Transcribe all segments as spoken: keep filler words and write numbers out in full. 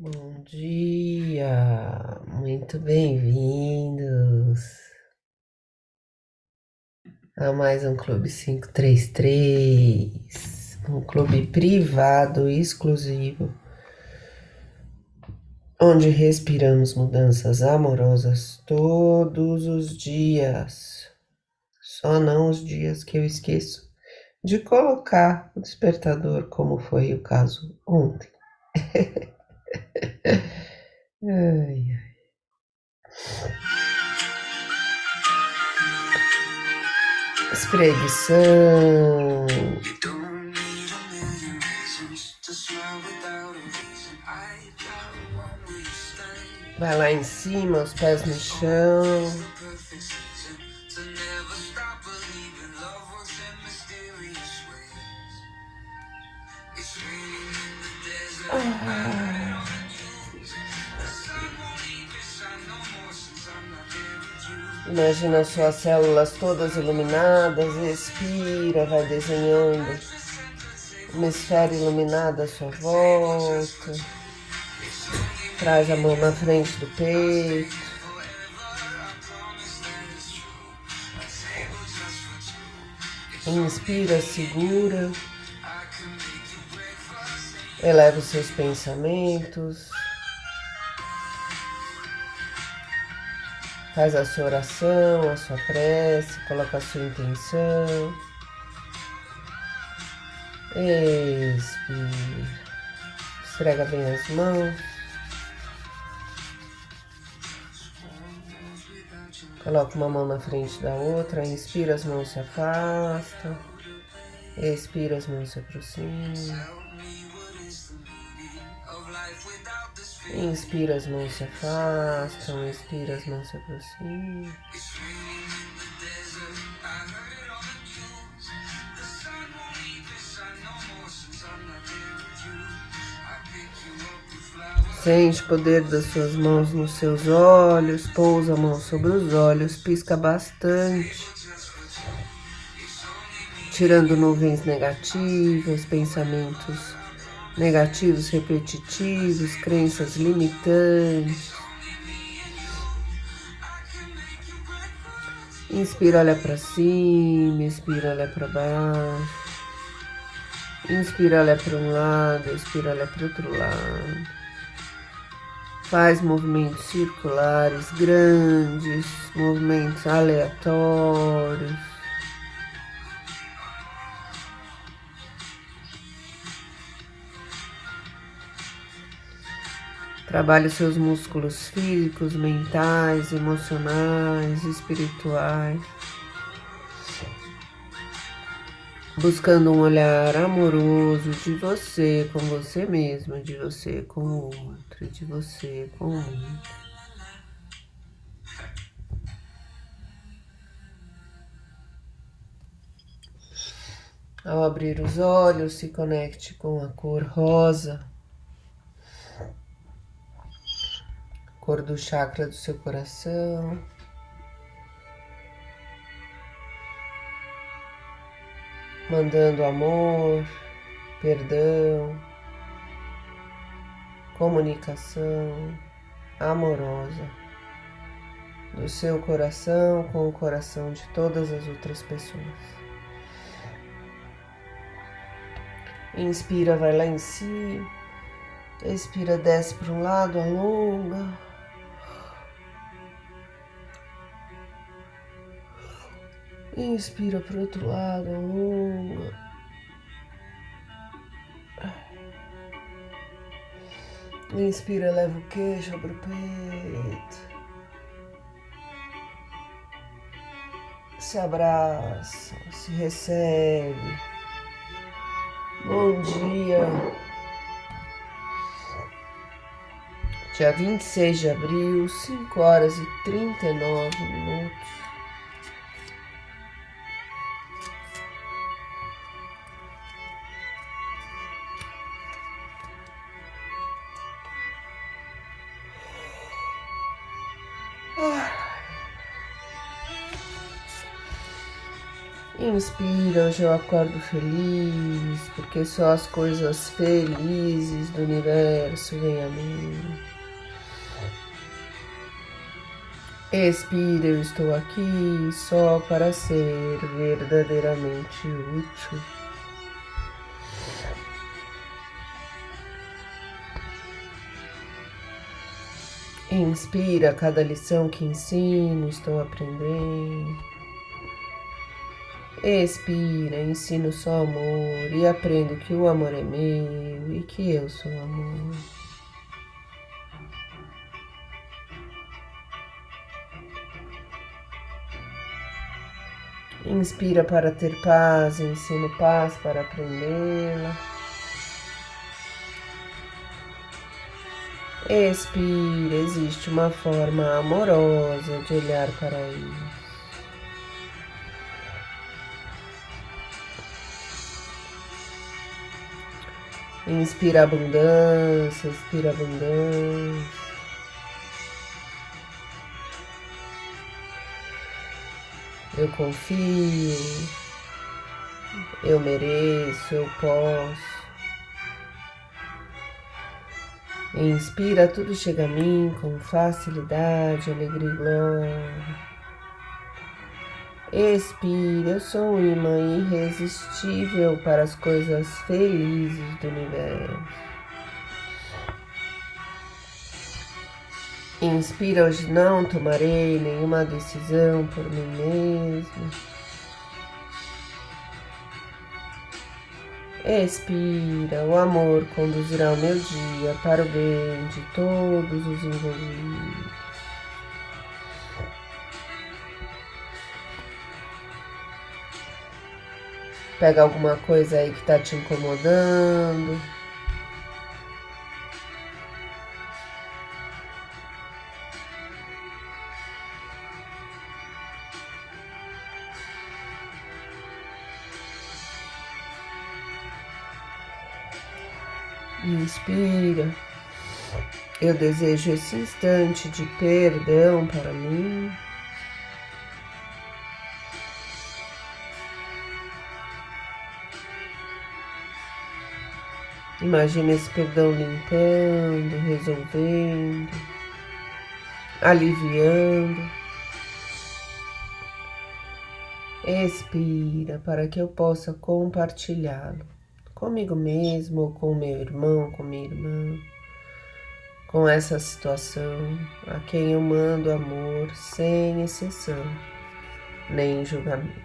Bom dia, muito bem-vindos a mais um Clube quinhentos e trinta e três, um clube privado exclusivo, onde respiramos mudanças amorosas todos os dias, só não os dias que eu esqueço de colocar o despertador, como foi o caso ontem. Ai, ai. Espreguição. Vai lá em cima, os pés no chão. Ah. Imagina suas células todas iluminadas, expira, vai desenhando uma esfera iluminada à sua volta. Traz a mão na frente do peito. Inspira, segura. Eleva os seus pensamentos. Faz a sua oração, a sua prece, coloca a sua intenção. Expira. Esfrega bem as mãos. Coloca uma mão na frente da outra. Inspira, as mãos se afastam. Expira, as mãos se aproximam. Inspira, as mãos se afastam. Expira, as mãos se aproximam. Sente o poder das suas mãos nos seus olhos. Pousa a mão sobre os olhos. Pisca bastante. Tirando nuvens negativas, pensamentos negativos, repetitivos, crenças limitantes. Inspira, olha para cima, expira, olha para baixo. Inspira, olha para um lado, expira, olha para o outro lado. Faz movimentos circulares grandes, movimentos aleatórios. Trabalhe os seus músculos físicos, mentais, emocionais, espirituais. Buscando um olhar amoroso de você com você mesmo, de você com o outro, de você com o mundo. Ao abrir os olhos, se conecte com a cor rosa, cor do chakra do seu coração. Mandando amor, perdão, comunicação amorosa do seu coração com o coração de todas as outras pessoas. Inspira, vai lá em cima. Expira, desce para um lado, alonga. Inspira para o outro lado, alonga. Inspira, leva o queixo para o peito. Se abraça, se recebe. Bom dia. Dia vinte e seis de abril, cinco horas e trinta e nove minutos. Inspira, hoje eu acordo feliz, porque só as coisas felizes do universo vêm a mim. Expira, eu estou aqui só para ser verdadeiramente útil. Inspira, cada lição que ensino, estou aprendendo. Expira, ensino só amor e aprendo que o amor é meu e que eu sou amor. Inspira para ter paz, ensino paz para aprendê-la. Expira, existe uma forma amorosa de olhar para isso. Inspira abundância, expira abundância. Eu confio, eu mereço, eu posso. Inspira, tudo chega a mim com facilidade, alegria e glória. Expira, eu sou um imã irresistível para as coisas felizes do universo. Inspira, hoje não tomarei nenhuma decisão por mim mesmo. Expira, o amor conduzirá o meu dia para o bem de todos os envolvidos. Pega alguma coisa aí que está te incomodando. Inspira. Eu desejo esse instante de perdão para mim. Imagina esse perdão limpando, resolvendo, aliviando. Expira para que eu possa compartilhá-lo comigo mesmo, ou com meu irmão, com minha irmã, com essa situação a quem eu mando amor sem exceção, nem julgamento.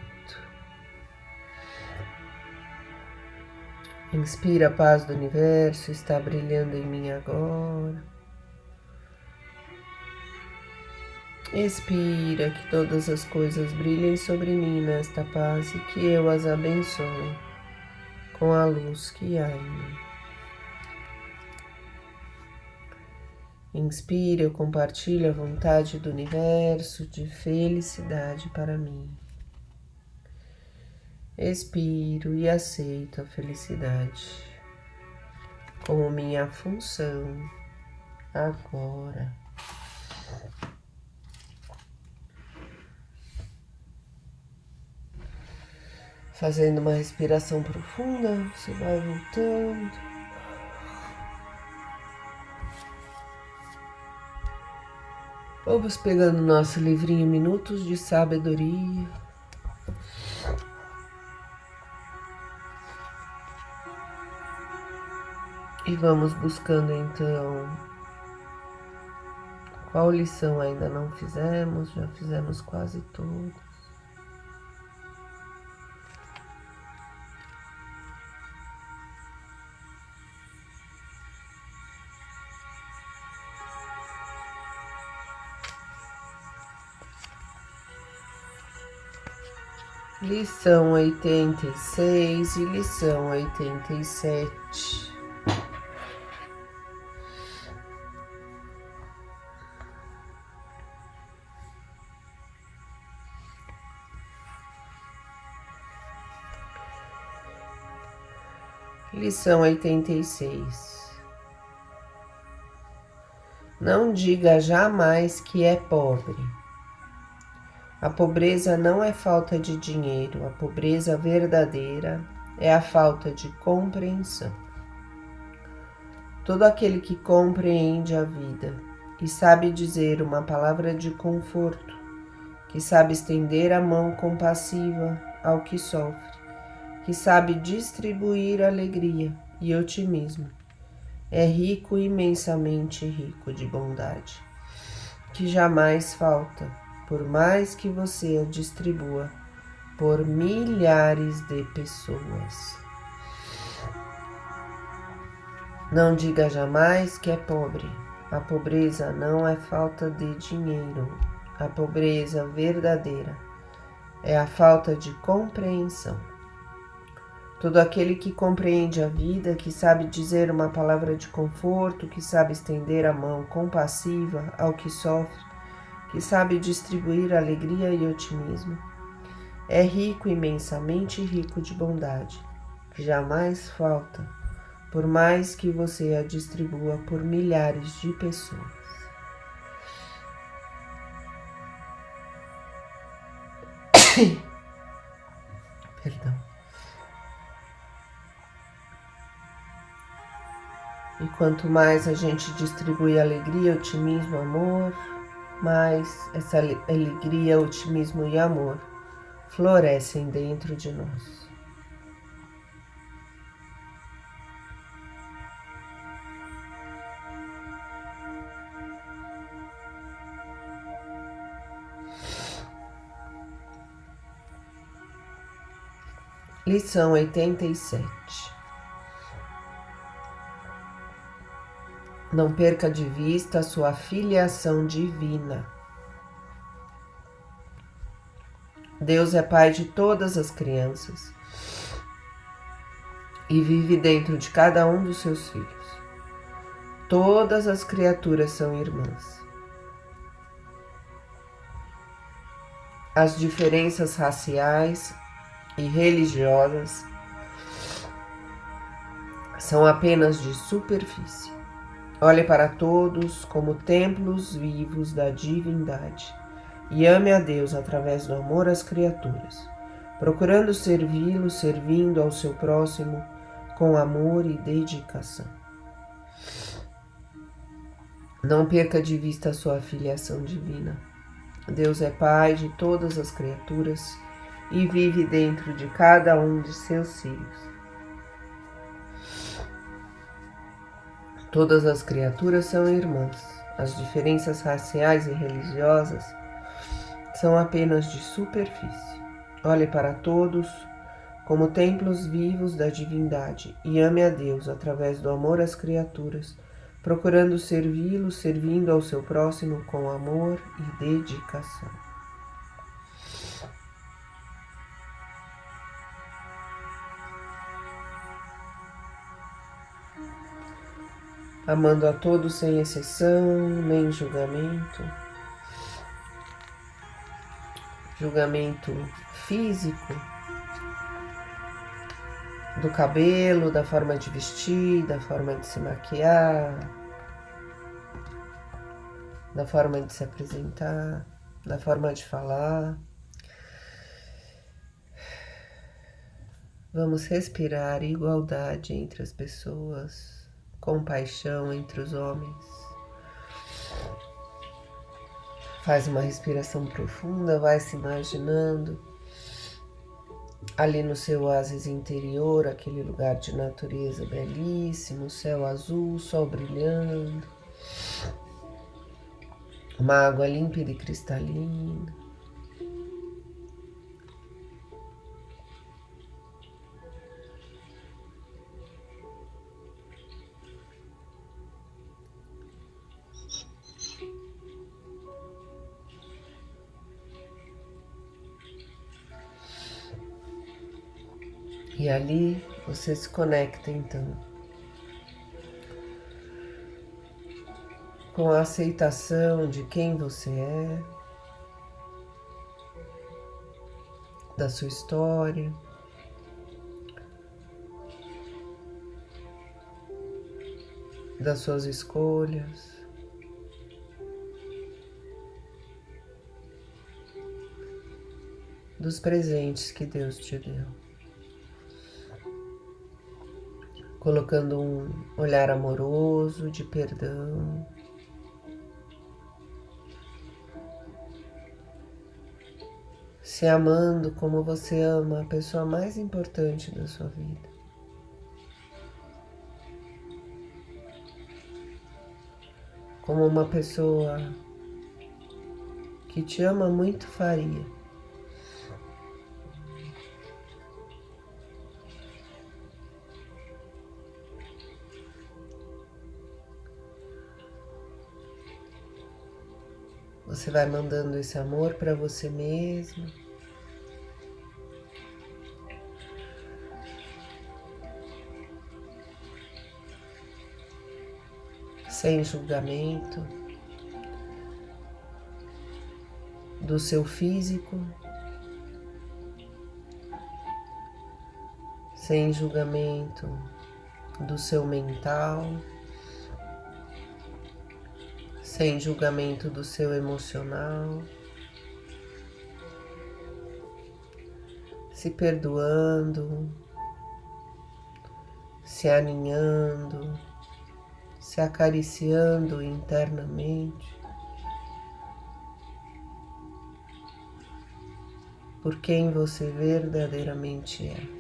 Inspira, a paz do universo está brilhando em mim agora. Expira, que todas as coisas brilhem sobre mim nesta paz e que eu as abençoe com a luz que há em mim. Inspira, eu compartilho a vontade do universo de felicidade para mim. Expiro e aceito a felicidade como minha função agora. Fazendo uma respiração profunda, você vai voltando. Vamos pegando nosso livrinho Minutos de Sabedoria. E vamos buscando então qual lição ainda não fizemos, já fizemos quase todas. Lição oitenta e seis e lição oitenta e sete. Lição oitenta e seis. Não diga jamais que é pobre, A pobreza não é falta de dinheiro, a pobreza verdadeira é a falta de compreensão. Todo aquele que compreende a vida e sabe dizer uma palavra de conforto, que sabe estender a mão compassiva ao que sofre, que sabe distribuir alegria e otimismo, é rico, imensamente rico de bondade, que jamais falta, por mais que você a distribua por milhares de pessoas. Não diga jamais que é pobre. A pobreza não é falta de dinheiro. A pobreza verdadeira é a falta de compreensão. Todo aquele que compreende a vida, que sabe dizer uma palavra de conforto, que sabe estender a mão compassiva ao que sofre, que sabe distribuir alegria e otimismo, é rico, imensamente rico de bondade, que jamais falta, por mais que você a distribua por milhares de pessoas. Perdão. E quanto mais a gente distribui alegria, otimismo, amor, mais essa alegria, otimismo e amor florescem dentro de nós. Lição oitenta e sete. Não perca de vista a sua filiação divina. Deus é Pai de todas as crianças e vive dentro de cada um dos seus filhos. Todas as criaturas são irmãs. As diferenças raciais e religiosas são apenas de superfície. Olhe para todos como templos vivos da divindade e ame a Deus através do amor às criaturas, procurando servi-lo, servindo ao seu próximo com amor e dedicação. Não perca de vista a sua filiação divina. Deus é Pai de todas as criaturas e vive dentro de cada um de seus filhos. Todas as criaturas são irmãs. As diferenças raciais e religiosas são apenas de superfície. Olhe para todos como templos vivos da divindade e ame a Deus através do amor às criaturas, procurando servi-lo, servindo ao seu próximo com amor e dedicação. Amando a todos sem exceção, nem julgamento. Julgamento físico, do cabelo, da forma de vestir, da forma de se maquiar, da forma de se apresentar, da forma de falar. Vamos respirar igualdade entre as pessoas, compaixão entre os homens. Faz uma respiração profunda, vai se imaginando ali no seu oásis interior, aquele lugar de natureza belíssimo, céu azul, sol brilhando, uma água límpida e cristalina. E ali você se conecta então com a aceitação de quem você é, da sua história, das suas escolhas. dos presentes que Deus te deu. Colocando um olhar amoroso de perdão. Se amando como você ama a pessoa mais importante da sua vida. Como uma pessoa que te ama muito faria. Você vai mandando esse amor para você mesmo. Sem julgamento do seu físico, sem julgamento do seu mental, sem julgamento do seu emocional, se perdoando, se aninhando, se acariciando internamente, por quem você verdadeiramente é.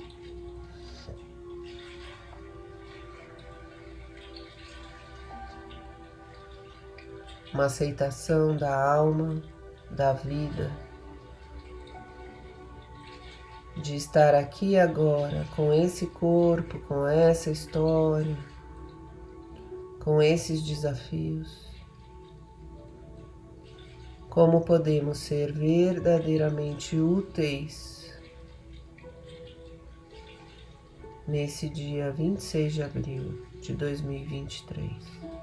Uma aceitação da alma, da vida, de estar aqui agora com esse corpo, com essa história, com esses desafios. Como podemos ser verdadeiramente úteis nesse dia vinte e seis de abril de dois mil e vinte e três.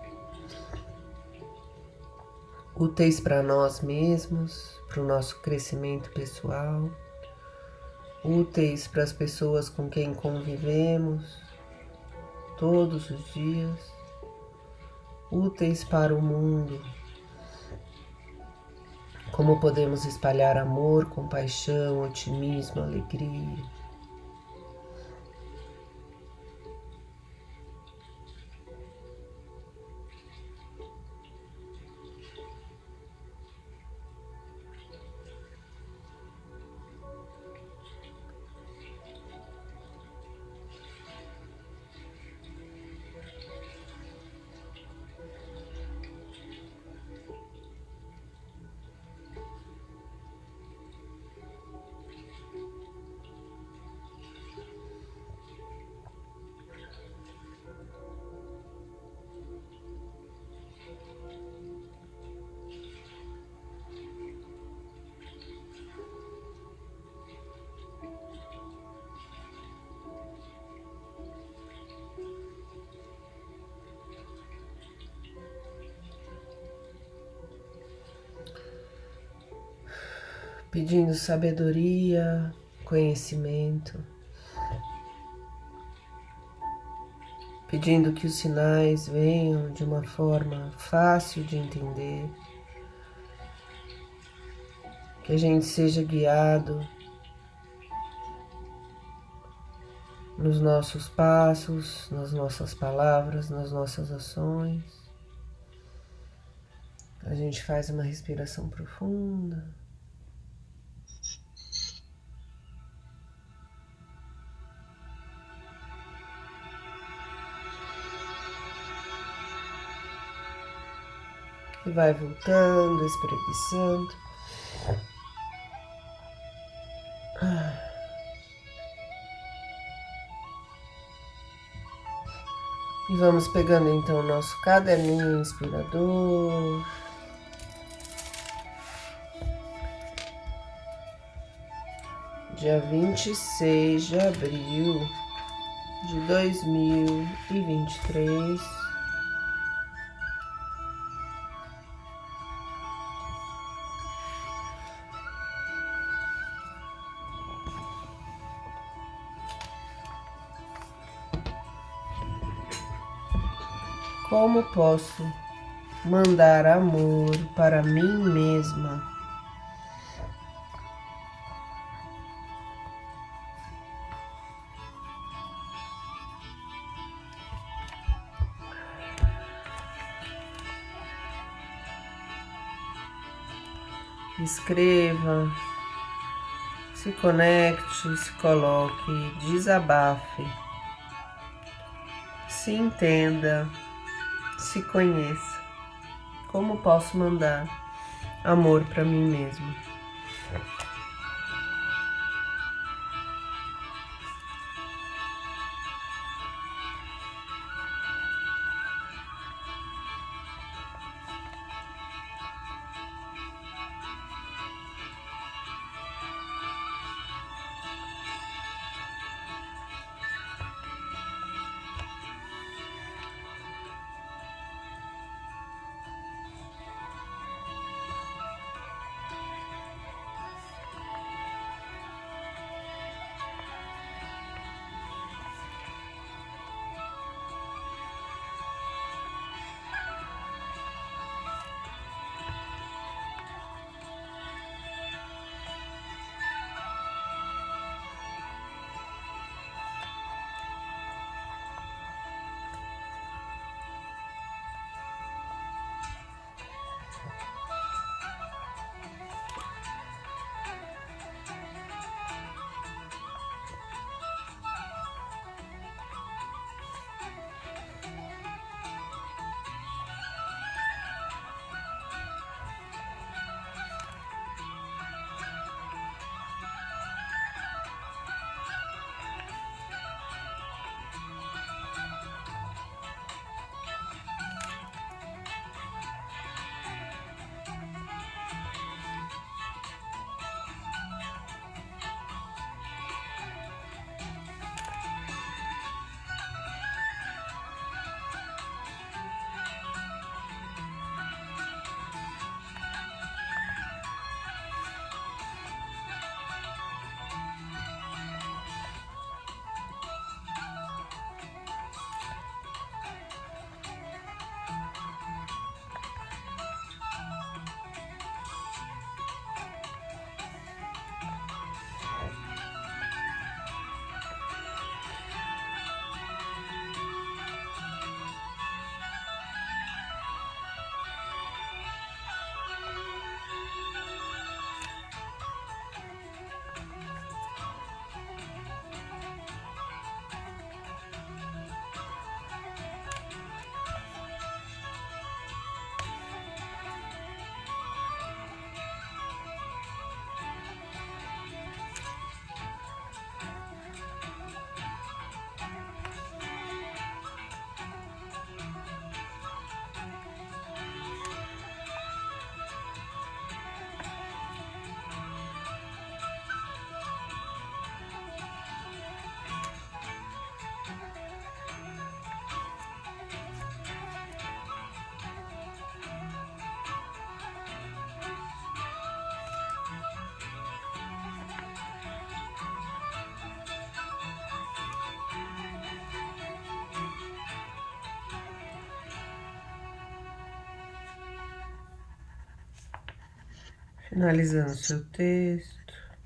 Úteis para nós mesmos, para o nosso crescimento pessoal, úteis para as pessoas com quem convivemos todos os dias, úteis para o mundo. Como podemos espalhar amor, compaixão, otimismo, alegria. Pedindo sabedoria, conhecimento, pedindo que os sinais venham de uma forma fácil de entender, que a gente seja guiado nos nossos passos, nas nossas palavras, nas nossas ações. A gente faz uma respiração profunda. E vai voltando, espreguiçando. E vamos pegando então o nosso caderninho inspirador. Dia vinte e seis de abril de dois mil e vinte e três. Como posso mandar amor para mim mesma Escreva, se conecte, se coloque, desabafe, se entenda, se conheça. Como posso mandar amor para mim mesmo? Finalizando seu texto.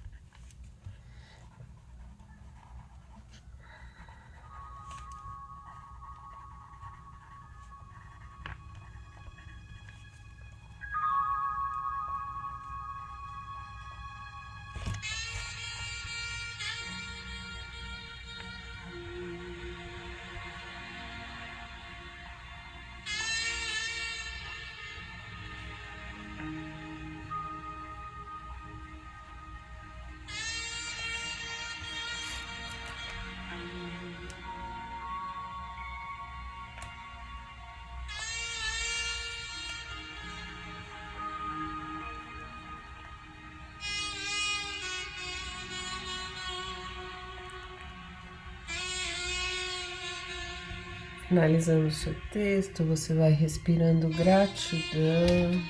Finalizando o seu texto, você vai respirando gratidão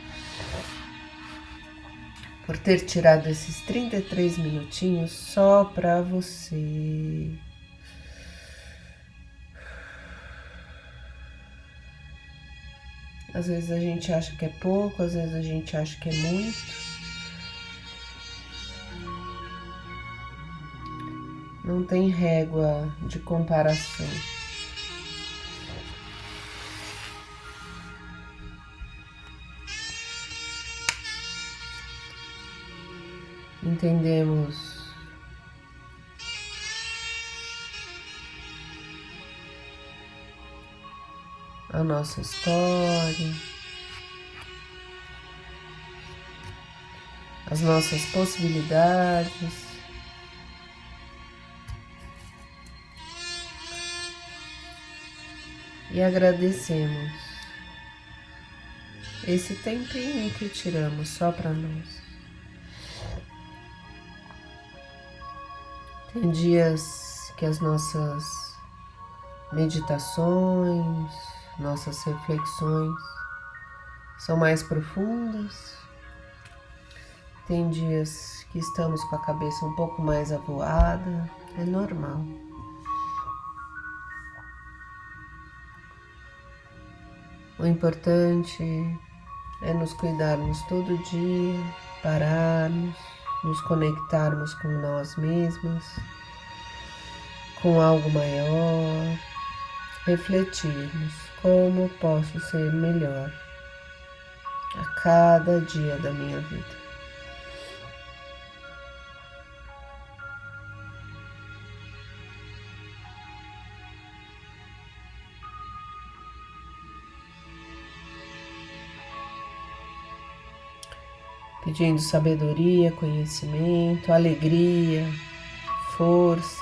por ter tirado esses trinta e três minutinhos só para você. Às vezes a gente acha que é pouco, às vezes a gente acha que é muito. Não tem régua de comparação. entendemos a nossa história, as nossas possibilidades. E agradecemos esse tempinho que tiramos só para nós. Tem dias que as nossas meditações, nossas reflexões são mais profundas. Tem dias que estamos com a cabeça um pouco mais avoada, é normal. O importante é nos cuidarmos todo dia, pararmos, nos conectarmos com nós mesmos, com algo maior, refletirmos como posso ser melhor a cada dia da minha vida. Pedindo sabedoria, conhecimento, alegria, força,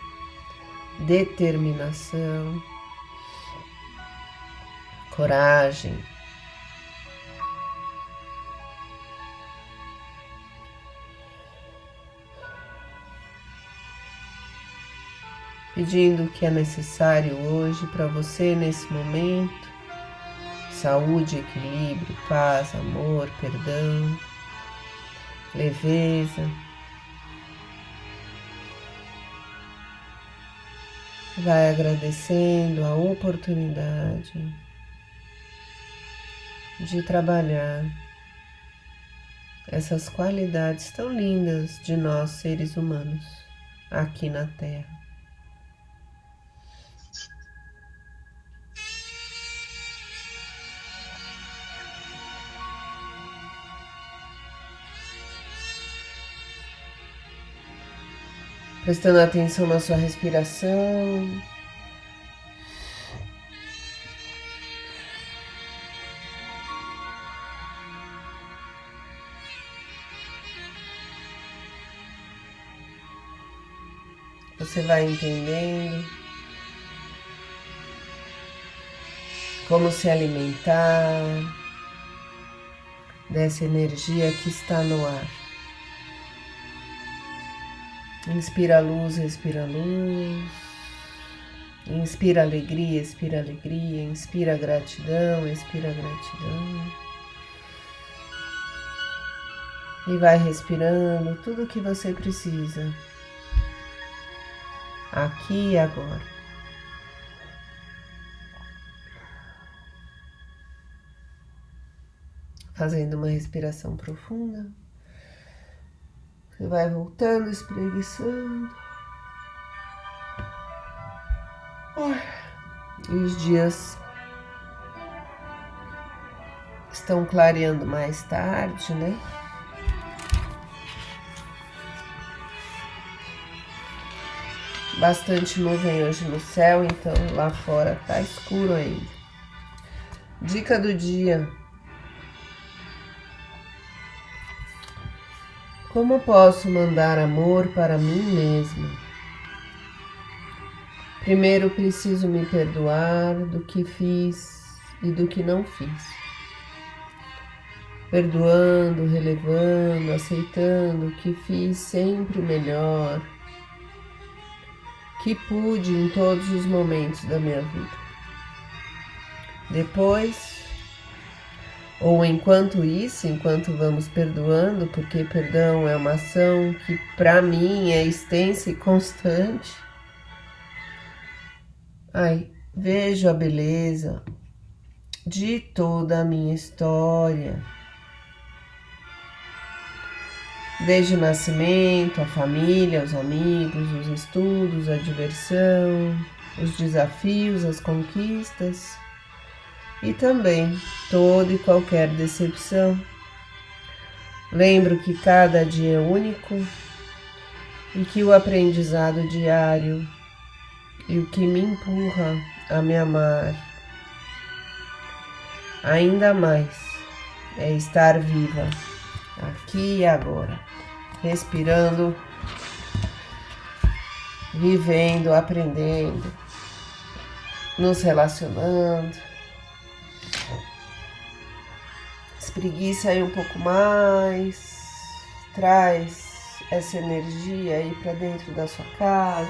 determinação, coragem. Pedindo o que é necessário hoje para você nesse momento: saúde, equilíbrio, paz, amor, perdão, leveza. Vai agradecendo a oportunidade de trabalhar essas qualidades tão lindas de nós, seres humanos, aqui na Terra. Prestando atenção na sua respiração. Você vai entendendo como se alimentar dessa energia que está no ar. Inspira a luz, expira a luz. Inspira alegria, expira alegria. Inspira gratidão, expira gratidão. E vai respirando tudo o que você precisa, aqui e agora. Fazendo uma respiração profunda. Você vai voltando, espreguiçando. E os dias estão clareando mais tarde, né? Bastante nuvem hoje no céu, então lá fora tá escuro ainda. Dica do dia: como posso mandar amor para mim mesma? Primeiro preciso me perdoar do que fiz e do que não fiz. Perdoando, relevando, aceitando que fiz sempre o melhor que pude em todos os momentos da minha vida. Depois, ou enquanto isso, enquanto vamos perdoando, porque perdão é uma ação que para mim é extensa e constante. Ai, vejo a beleza de toda a minha história. Desde o nascimento, a família, os amigos, os estudos, a diversão, os desafios, as conquistas e também toda e qualquer decepção. Lembro que cada dia é único e que o aprendizado diário e o que me empurra a me amar ainda mais é estar viva, aqui e agora, respirando, vivendo, aprendendo, nos relacionando. Espreguiça aí um pouco mais, traz essa energia aí para dentro da sua casa.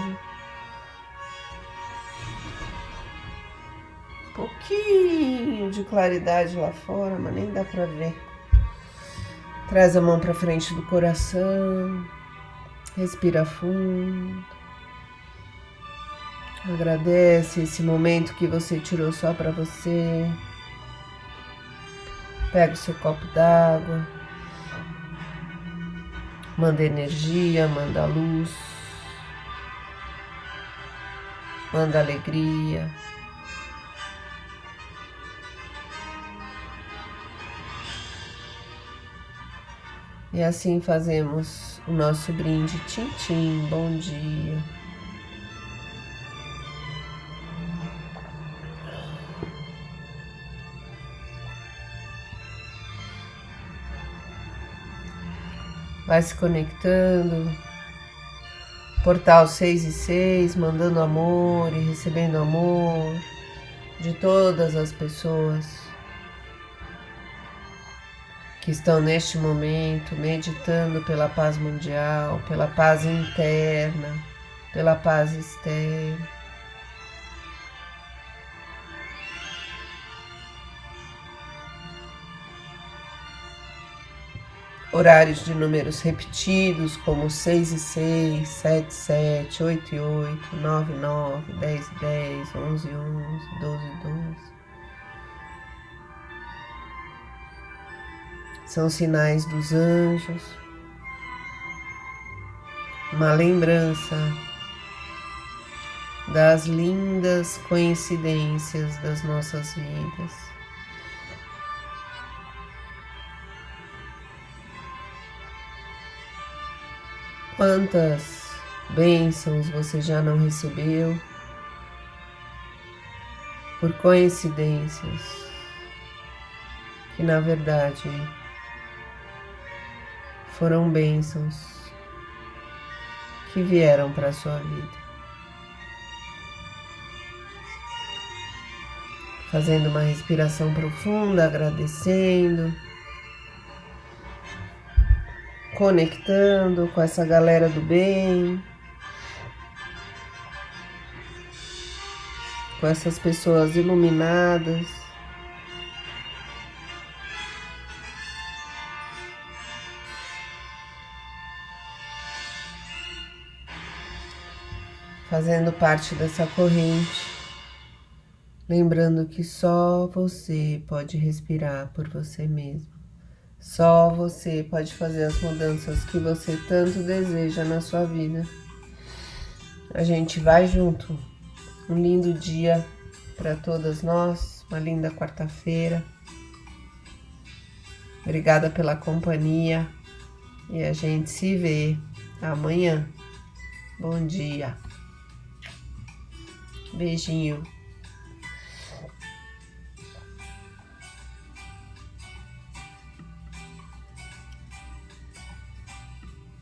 Um pouquinho de claridade lá fora, mas nem dá para ver. Traz a mão para frente do coração, respira fundo. Agradece esse momento que você tirou só para você. Pega o seu copo d'água, manda energia, manda luz, manda alegria. E assim fazemos o nosso brinde. Tchim, tchim, bom dia. Vai se conectando, portal seis e seis, mandando amor e recebendo amor de todas as pessoas que estão neste momento meditando pela paz mundial, pela paz interna, pela paz externa. Horários de números repetidos, como seis e seis, sete e sete, oito e oito, nove e nove, dez e dez, onze e onze, doze e doze. São sinais dos anjos, uma lembrança das lindas coincidências das nossas vidas. Quantas bênçãos você já não recebeu por coincidências que, na verdade, foram bênçãos que vieram para a sua vida. Fazendo uma respiração profunda, agradecendo, conectando com essa galera do bem, com essas pessoas iluminadas. Fazendo parte dessa corrente, lembrando que só você pode respirar por você mesmo. Só você pode fazer as mudanças que você tanto deseja na sua vida. A gente vai junto. Um lindo dia para todas nós, uma linda quarta-feira. Obrigada pela companhia e a gente se vê amanhã. Bom dia. Beijinho.